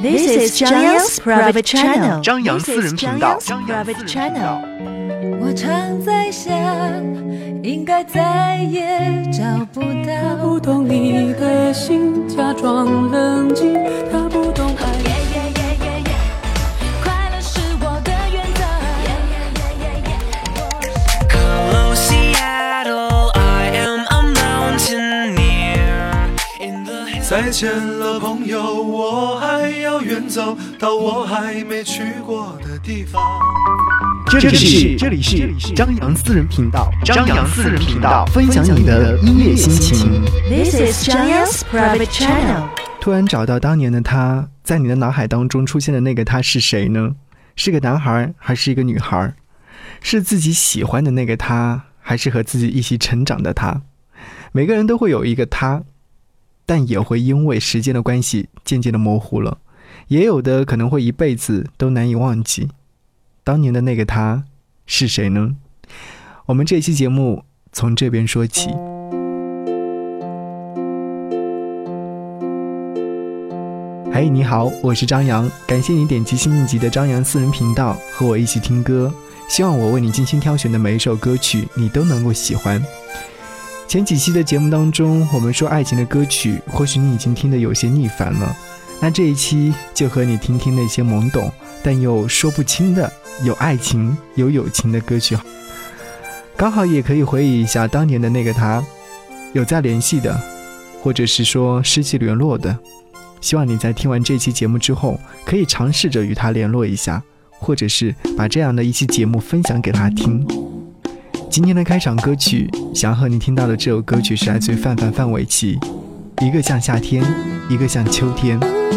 This is 张扬's private channel. 张扬私人频道。 private channel. 我常在想，应该再也找不到。 他不懂你的心，假装冷静。他不懂爱。 快乐是我的原则。 Hello Seattle, I am a mountaineer. 再见了朋友，我还要远走到我还没去过的地方。 这里是张扬私人频道，张扬私人频道，分享你的音乐心情。 This is 张扬's private channel. 突然找到当年的他，在你的脑海当中出现的那个他是谁呢？是个男孩还是一个女孩？是自己喜欢的那个他，还是和自己一起成长的他？每个人都会有一个他，但也会因为时间的关系渐渐的模糊了，也有的可能会一辈子都难以忘记。当年的那个他是谁呢？我们这期节目从这边说起。嘿，你好，我是张扬，感谢你点击新一集的张扬私人频道，和我一起听歌。希望我为你精心挑选的每一首歌曲你都能够喜欢。前几期的节目当中，我们说爱情的歌曲，或许你已经听得有些腻烦了，那这一期就和你听听那些懵懂但又说不清的有爱情有友情的歌曲，刚好也可以回忆一下当年的那个他，有在联系的，或者是说失去联络的。希望你在听完这期节目之后，可以尝试着与他联络一下，或者是把这样的一期节目分享给他听。今天的开场歌曲，想和你听到的这首歌曲是来自于范玮琪，一个像夏天，一个像秋天。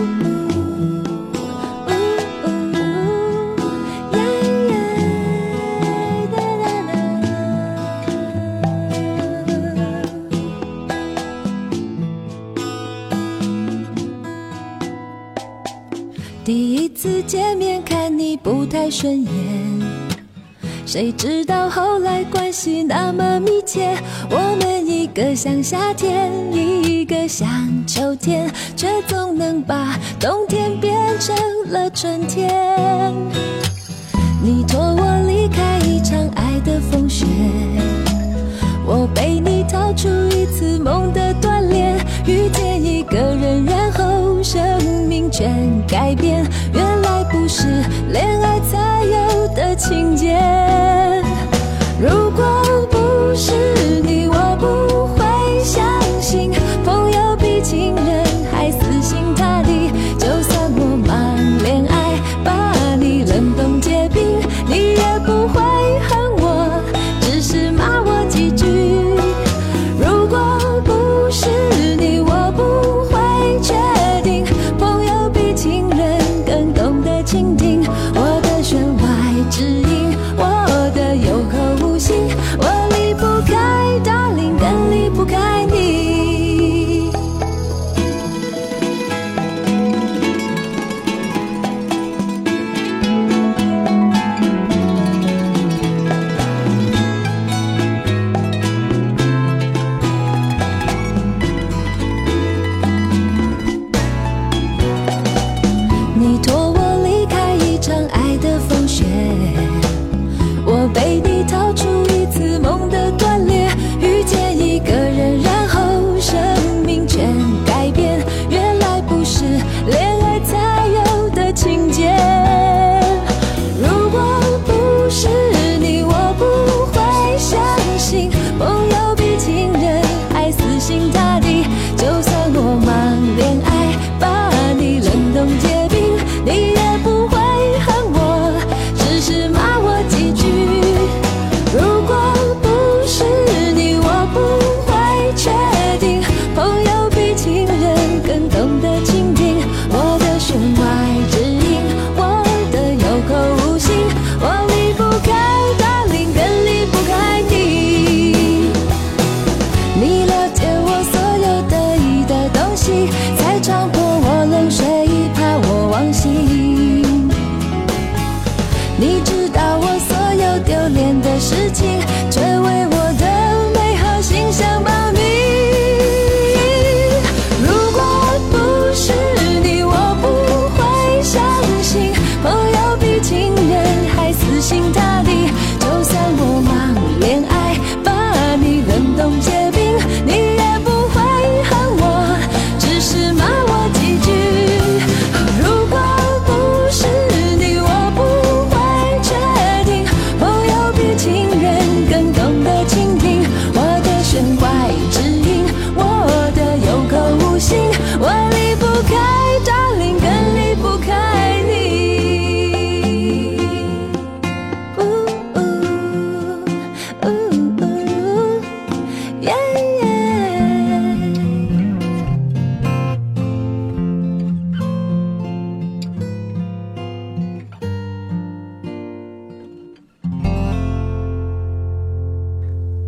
第一次见面看你不太顺眼，谁知道后来关系那么密切，我们一个像夏天，一个像秋天，却总能把冬天变成了春天。你托我离开一场爱的风雪，我被你逃出一次梦的锻炼，遇见一个人，然后生命全改变，原来不是恋爱才有的情节。如果不是你，我不会相信朋友比情人还死心塌地，就算我忙恋爱把你冷冻结冰，你也不会恨我，只是骂我几句。如果不是你，我不会确定朋友比情人更懂得倾听我的弦外之音，我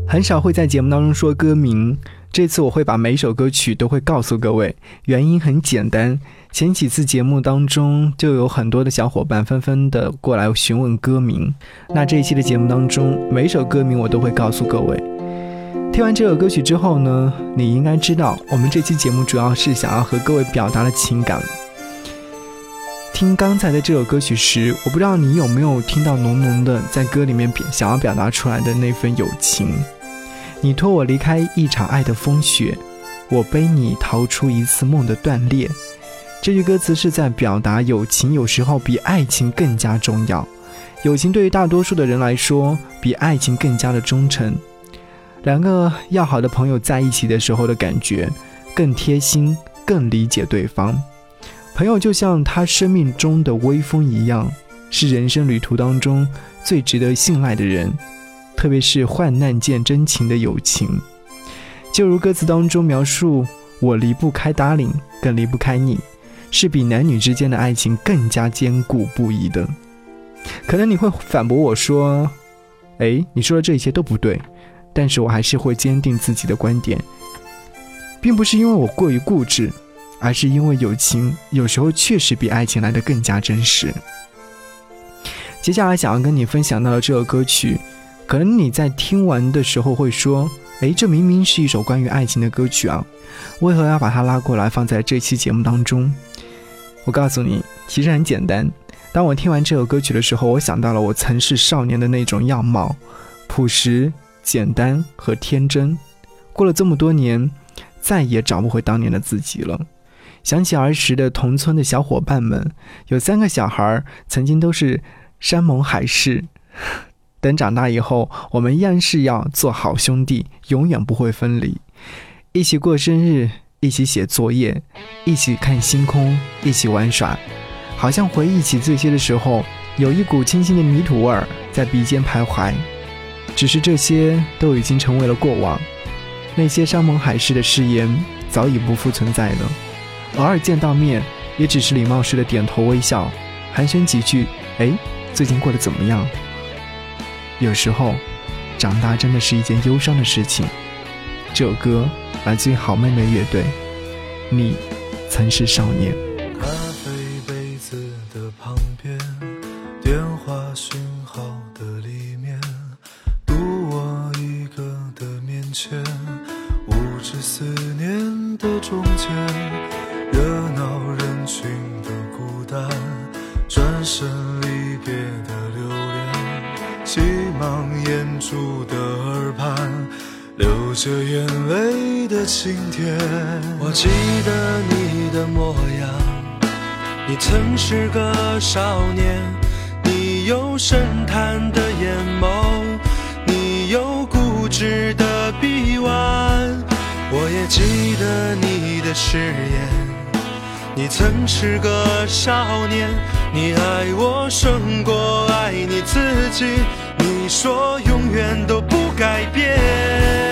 很少会在节目当中说歌名，这次我会把每一首歌曲都会告诉各位，原因很简单，前几次节目当中就有很多的小伙伴纷纷的过来询问歌名，那这一期的节目当中每一首歌名我都会告诉各位。听完这首歌曲之后呢，你应该知道我们这期节目主要是想要和各位表达的情感。听刚才的这首歌曲时，我不知道你有没有听到浓浓的在歌里面想要表达出来的那份友情。你拖我离开一场爱的风雪，我背你逃出一次梦的断裂。这句歌词是在表达友情有时候比爱情更加重要，友情对于大多数的人来说比爱情更加的忠诚。两个要好的朋友在一起的时候的感觉更贴心，更理解对方。朋友就像他生命中的微风一样，是人生旅途当中最值得信赖的人，特别是患难见真情的友情。就如歌词当中描述，我离不开 darling， 更离不开你，是比男女之间的爱情更加坚固不移的。可能你会反驳我说，你说的这一切都不对，但是我还是会坚定自己的观点，并不是因为我过于固执，而是因为友情有时候确实比爱情来得更加真实。接下来想要跟你分享到的这首歌曲，可能你在听完的时候会说，这明明是一首关于爱情的歌曲啊，为何要把它拉过来放在这期节目当中？我告诉你，其实很简单。当我听完这首歌曲的时候，我想到了我曾是少年的那种样貌，朴实、简单和天真。过了这么多年，再也找不回当年的自己了。想起儿时的同村的小伙伴们，有3个小孩曾经都是山盟海誓，等长大以后，我们依然是要做好兄弟，永远不会分离，一起过生日，一起写作业，一起看星空，一起玩耍。好像回忆起这些的时候，有一股清新的泥土味儿在鼻尖徘徊，只是这些都已经成为了过往，那些山盟海誓的誓言早已不复存在了。偶尔见到面，也只是礼貌式的点头微笑，寒暄几句，最近过得怎么样？有时候长大真的是一件忧伤的事情。这首歌来自于好妹妹乐队，你曾是少年。 咖啡杯子的旁边，电话讯号的里面，独我一个的面前，无知思念的中间，热闹人群的孤单，转身离别的留恋，急忙掩住的耳畔，流着眼泪的晴天。我记得你的模样，你曾是个少年，你有深潭的眼眸，你有固执的臂弯。我也记得你的誓言，你曾是个少年，你爱我胜过爱你自己，你说永远都不改变。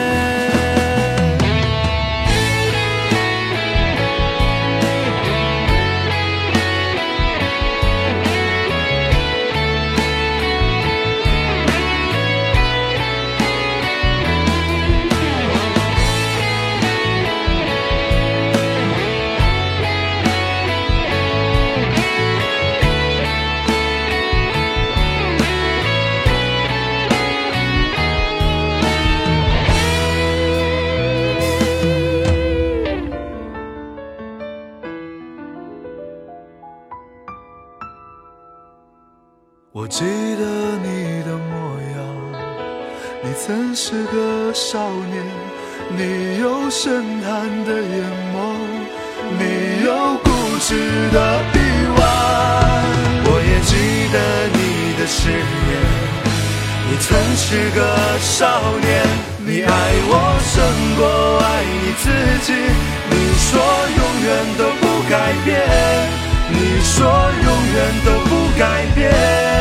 我记得你的模样，你曾是个少年，你有深潭的眼眸，你有固执的臂弯。我也记得你的誓言，你曾是个少年，你爱我胜过爱你自己，你说永远都不改变，你说永远都不改变。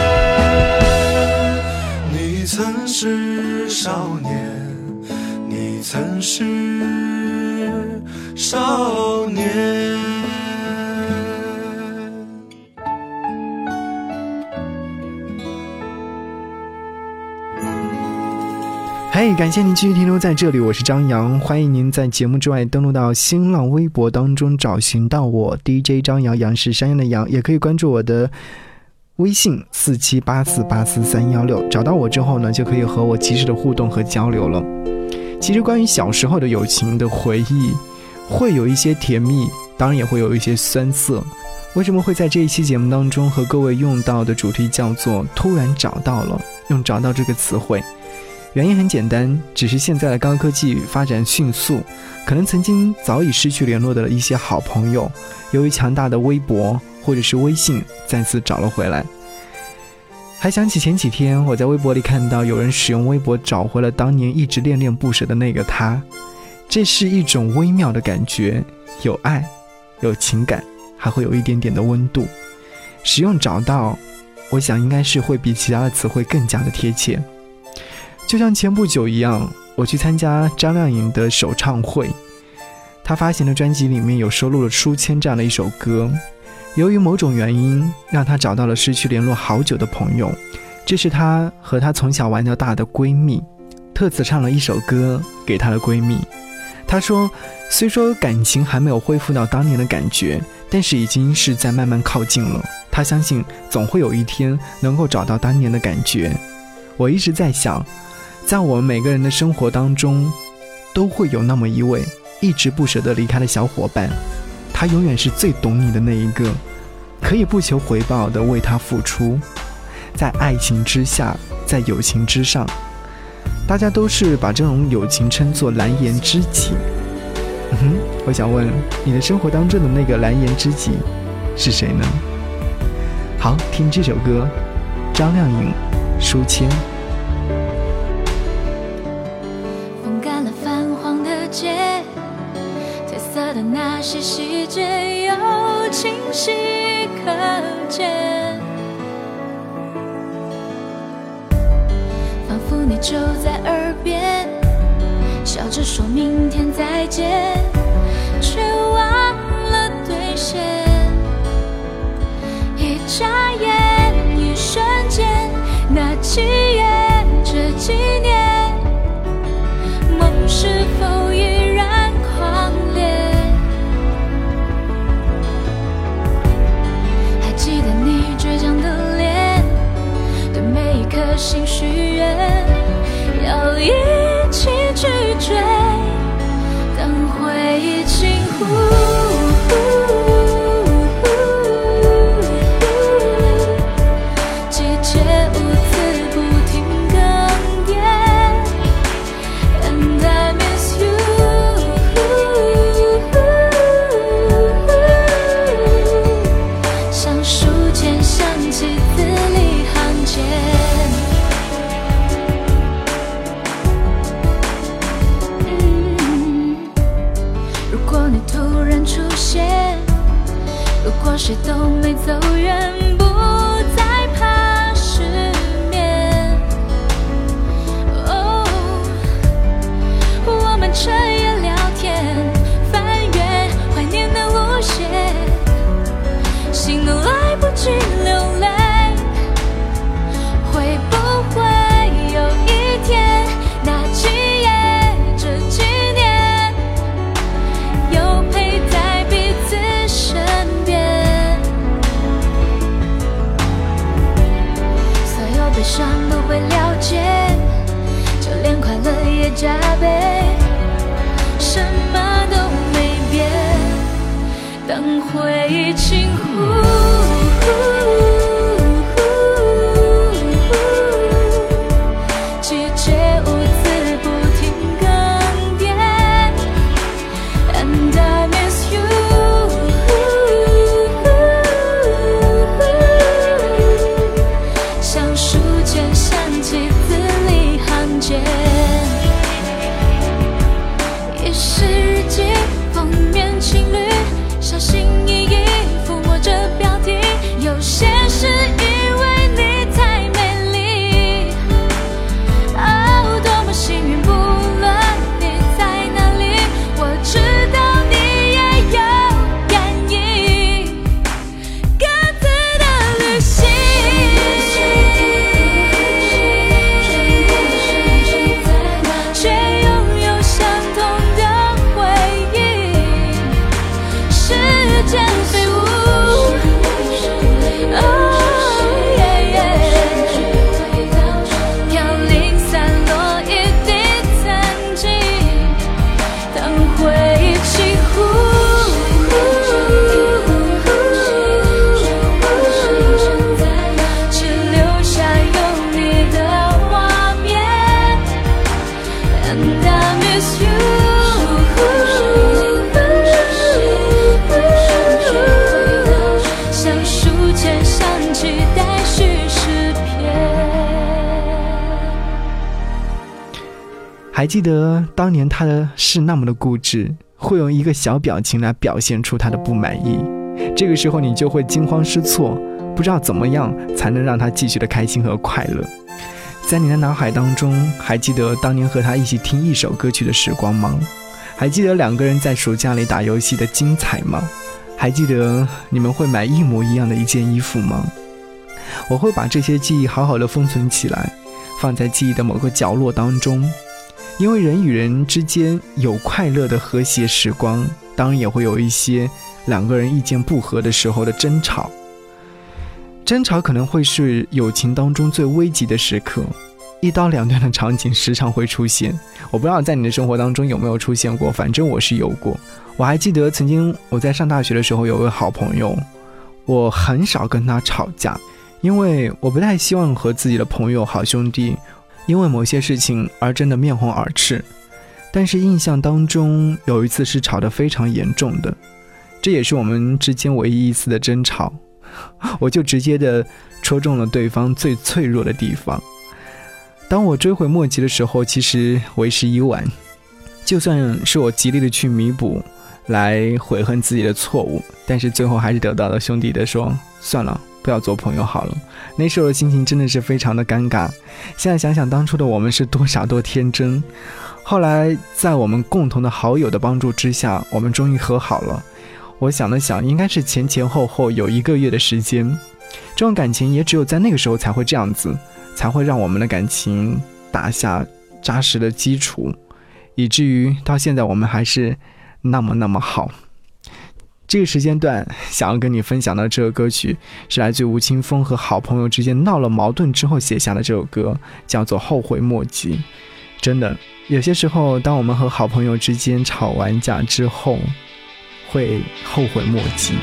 你曾是少年，你曾是少年。 嘿，感谢您继续停留在这里，我是张扬，欢迎您在节目之外登录到新浪微博当中找寻到我 DJ 张扬，杨是山羊的羊，也可以关注我的微信4784844316，找到我之后呢，就可以和我及时的互动和交流了。其实关于小时候的友情的回忆，会有一些甜蜜，当然也会有一些酸涩。为什么会在这一期节目当中和各位用到的主题叫做突然找到了，用找到这个词汇，原因很简单，只是现在的高科技发展迅速，可能曾经早已失去联络的一些好朋友，由于强大的微博或者是微信再次找了回来。还想起前几天我在微博里看到有人使用微博找回了当年一直恋恋不舍的那个他，这是一种微妙的感觉，有爱，有情感，还会有一点点的温度。使用找到，我想应该是会比其他的词汇更加的贴切。就像前不久一样，我去参加张靓颖的首唱会，她发行的专辑里面有收录了《书签》这样的一首歌。由于某种原因，让她找到了失去联络好久的朋友，这是她和她从小玩到大的闺蜜，特此唱了一首歌给她的闺蜜。她说，虽说感情还没有恢复到当年的感觉，但是已经是在慢慢靠近了。她相信总会有一天能够找到当年的感觉。我一直在想，在我们每个人的生活当中，都会有那么一位一直不舍得离开的小伙伴，他永远是最懂你的那一个，可以不求回报地为他付出，在爱情之下，在友情之上，大家都是把这种友情称作蓝颜知己。我想问，你的生活当中的那个蓝颜知己是谁呢？好，听这首歌，张靓颖《书签》。 风干了泛黄的街，褪色的那些细节又清晰可见，仿佛你就在耳边，笑着说明天再见，却忘了兑现。一眨眼，一瞬间，那几页，这几年，梦是否依然狂烈？还记得你倔强的脸，对每一颗心许愿，要一起去追，当回忆轻呼，季节无字不停更迭 And I miss you， 像书签想起字里行间，如果你突然出现，如果谁都没走远，不再怕失眠。哦，我们彻夜聊天，翻阅怀念的无限，心都来不及流泪。会不会有一天，那几页，这几年，又陪在彼此身边？所有悲伤都会了解，就连快乐也加倍，什么都没变，当回忆轻呼，季节无字不停更迭 And I miss you， 像书签想起字里行间。 还记得当年他是那么的固执，会用一个小表情来表现出他的不满意，这个时候你就会惊慌失措，不知道怎么样才能让他继续的开心和快乐。在你的脑海当中，还记得当年和他一起听一首歌曲的时光吗？还记得两个人在暑假里打游戏的精彩吗？还记得你们会买一模一样的一件衣服吗？我会把这些记忆好好的封存起来，放在记忆的某个角落当中，因为人与人之间有快乐的和谐时光，当然也会有一些两个人意见不合的时候的争吵。争吵可能会是友情当中最危急的时刻，一刀两断的场景时常会出现。我不知道在你的生活当中有没有出现过，反正我是有过。我还记得曾经我在上大学的时候有位好朋友，我很少跟他吵架，因为我不太希望和自己的朋友好兄弟因为某些事情而真的面红耳赤。但是印象当中有一次是吵得非常严重的，这也是我们之间唯一一次的争吵，我就直接的戳中了对方最脆弱的地方。当我追悔莫及的时候，其实为时已晚，就算是我极力的去弥补，来悔恨自己的错误，但是最后还是得到了兄弟的说算了，不要做朋友好了。那时候的心情真的是非常的尴尬，现在想想当初的我们是多傻多天真。后来在我们共同的好友的帮助之下，我们终于和好了。我想了想，应该是前后有1个月的时间，这种感情也只有在那个时候才会这样子，才会让我们的感情打下扎实的基础，以至于到现在我们还是那么好。这个时间段想要跟你分享的这个歌曲是来自吴青峰和好朋友之间闹了矛盾之后写下的这首歌，叫做后悔莫及。真的有些时候当我们和好朋友之间吵完架之后会后悔莫及。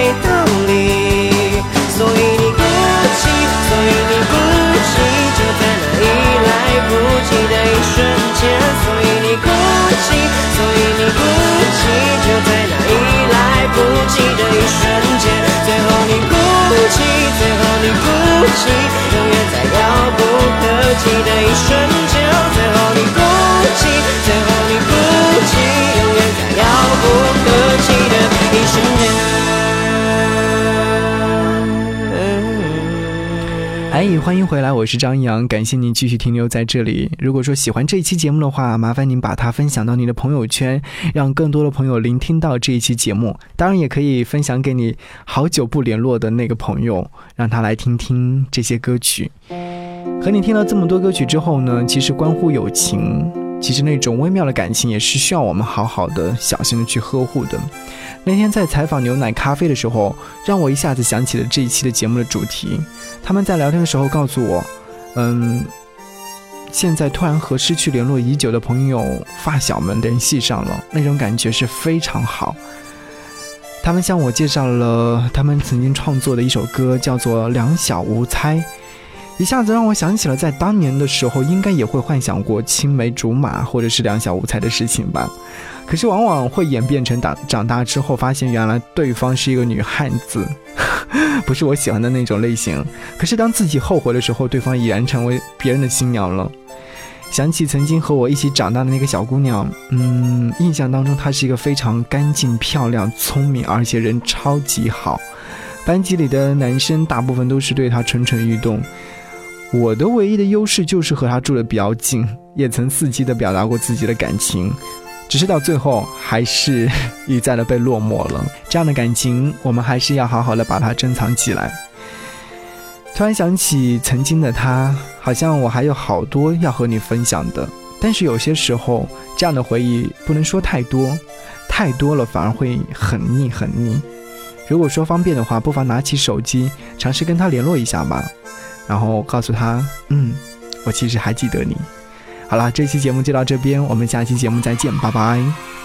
所以你不气，就在欢迎回来，我是张扬，感谢您继续停留在这里。如果说喜欢这一期节目的话，麻烦您把它分享到你的朋友圈，让更多的朋友聆听到这一期节目。当然也可以分享给你好久不联络的那个朋友，让他来听听这些歌曲。和你听了这么多歌曲之后呢，其实关乎友情，其实那种微妙的感情也是需要我们好好的小心的去呵护的。那天在采访牛奶咖啡的时候，让我一下子想起了这一期的节目的主题。他们在聊天的时候告诉我，现在突然和失去联络已久的朋友发小们联系上了，那种感觉是非常好。他们向我介绍了他们曾经创作的一首歌，叫做《两小无猜》，一下子让我想起了在当年的时候应该也会幻想过青梅竹马或者是两小无猜的事情吧。可是往往会演变成长大之后发现原来对方是一个女汉子，不是我喜欢的那种类型。可是当自己后悔的时候，对方已然成为别人的新娘了。想起曾经和我一起长大的那个小姑娘，印象当中她是一个非常干净漂亮聪明，而且人超级好。班级里的男生大部分都是对她蠢蠢欲动，我的唯一的优势就是和她住得比较近，也曾伺机地表达过自己的感情，只是到最后还是一再的被落寞了。这样的感情我们还是要好好的把它珍藏起来。突然想起曾经的他，好像我还有好多要和你分享的，但是有些时候这样的回忆不能说太多，太多了反而会很腻很腻。如果说方便的话，不妨拿起手机尝试跟他联络一下吧，然后告诉他我其实还记得你。好了，这期节目就到这边，我们下期节目再见，拜拜。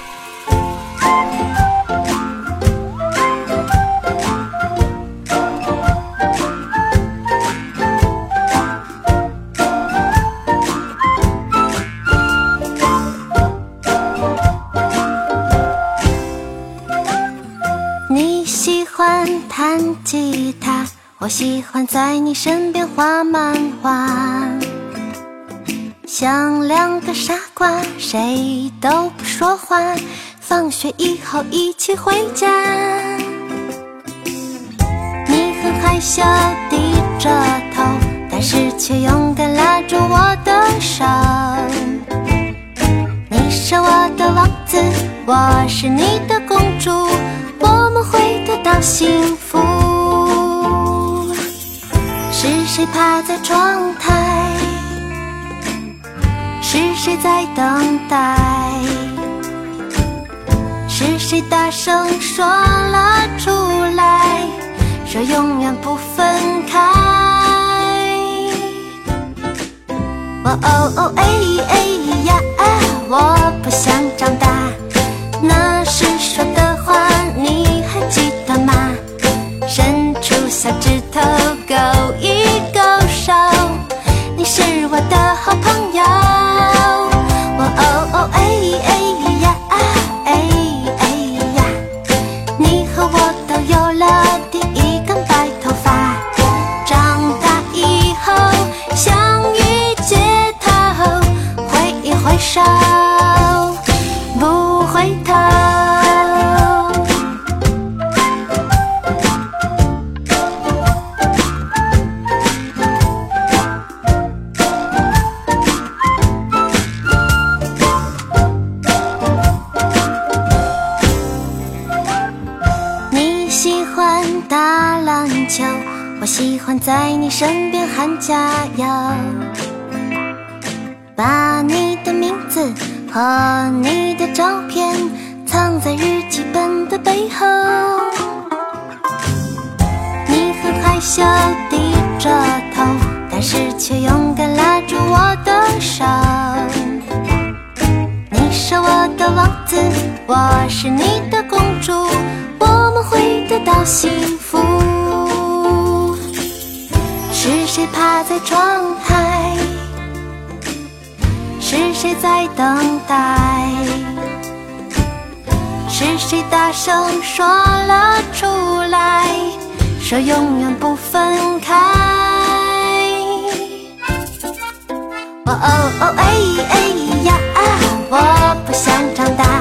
你喜欢弹吉他，我喜欢在你身边画漫画，像两个傻瓜，谁都不说话，放学以后一起回家。你很害羞低着头，但是却勇敢拉住我的手。你是我的王子，我是你的公主，我们会得到幸福。是谁趴在窗台？是谁在等待？是谁大声说了出来，说永远不分开？呀，我不想长大，那时说的话你还记得吗？伸出小指头勾一勾手，你是我的好朋友。你和我都有了第一根白头发，长大以后相遇街头，挥一挥手不回头。你喜欢打篮球，我喜欢在你身边喊加油，把你的名字和你的照片藏在日记本的背后。你很害羞低着头，但是却勇敢拉住我的手。你是我的王子，我是你的公主，我们会得到幸福。是谁趴在窗台？是谁在等待？是谁大声说了出来，说永远不分开？呀，我不想长大，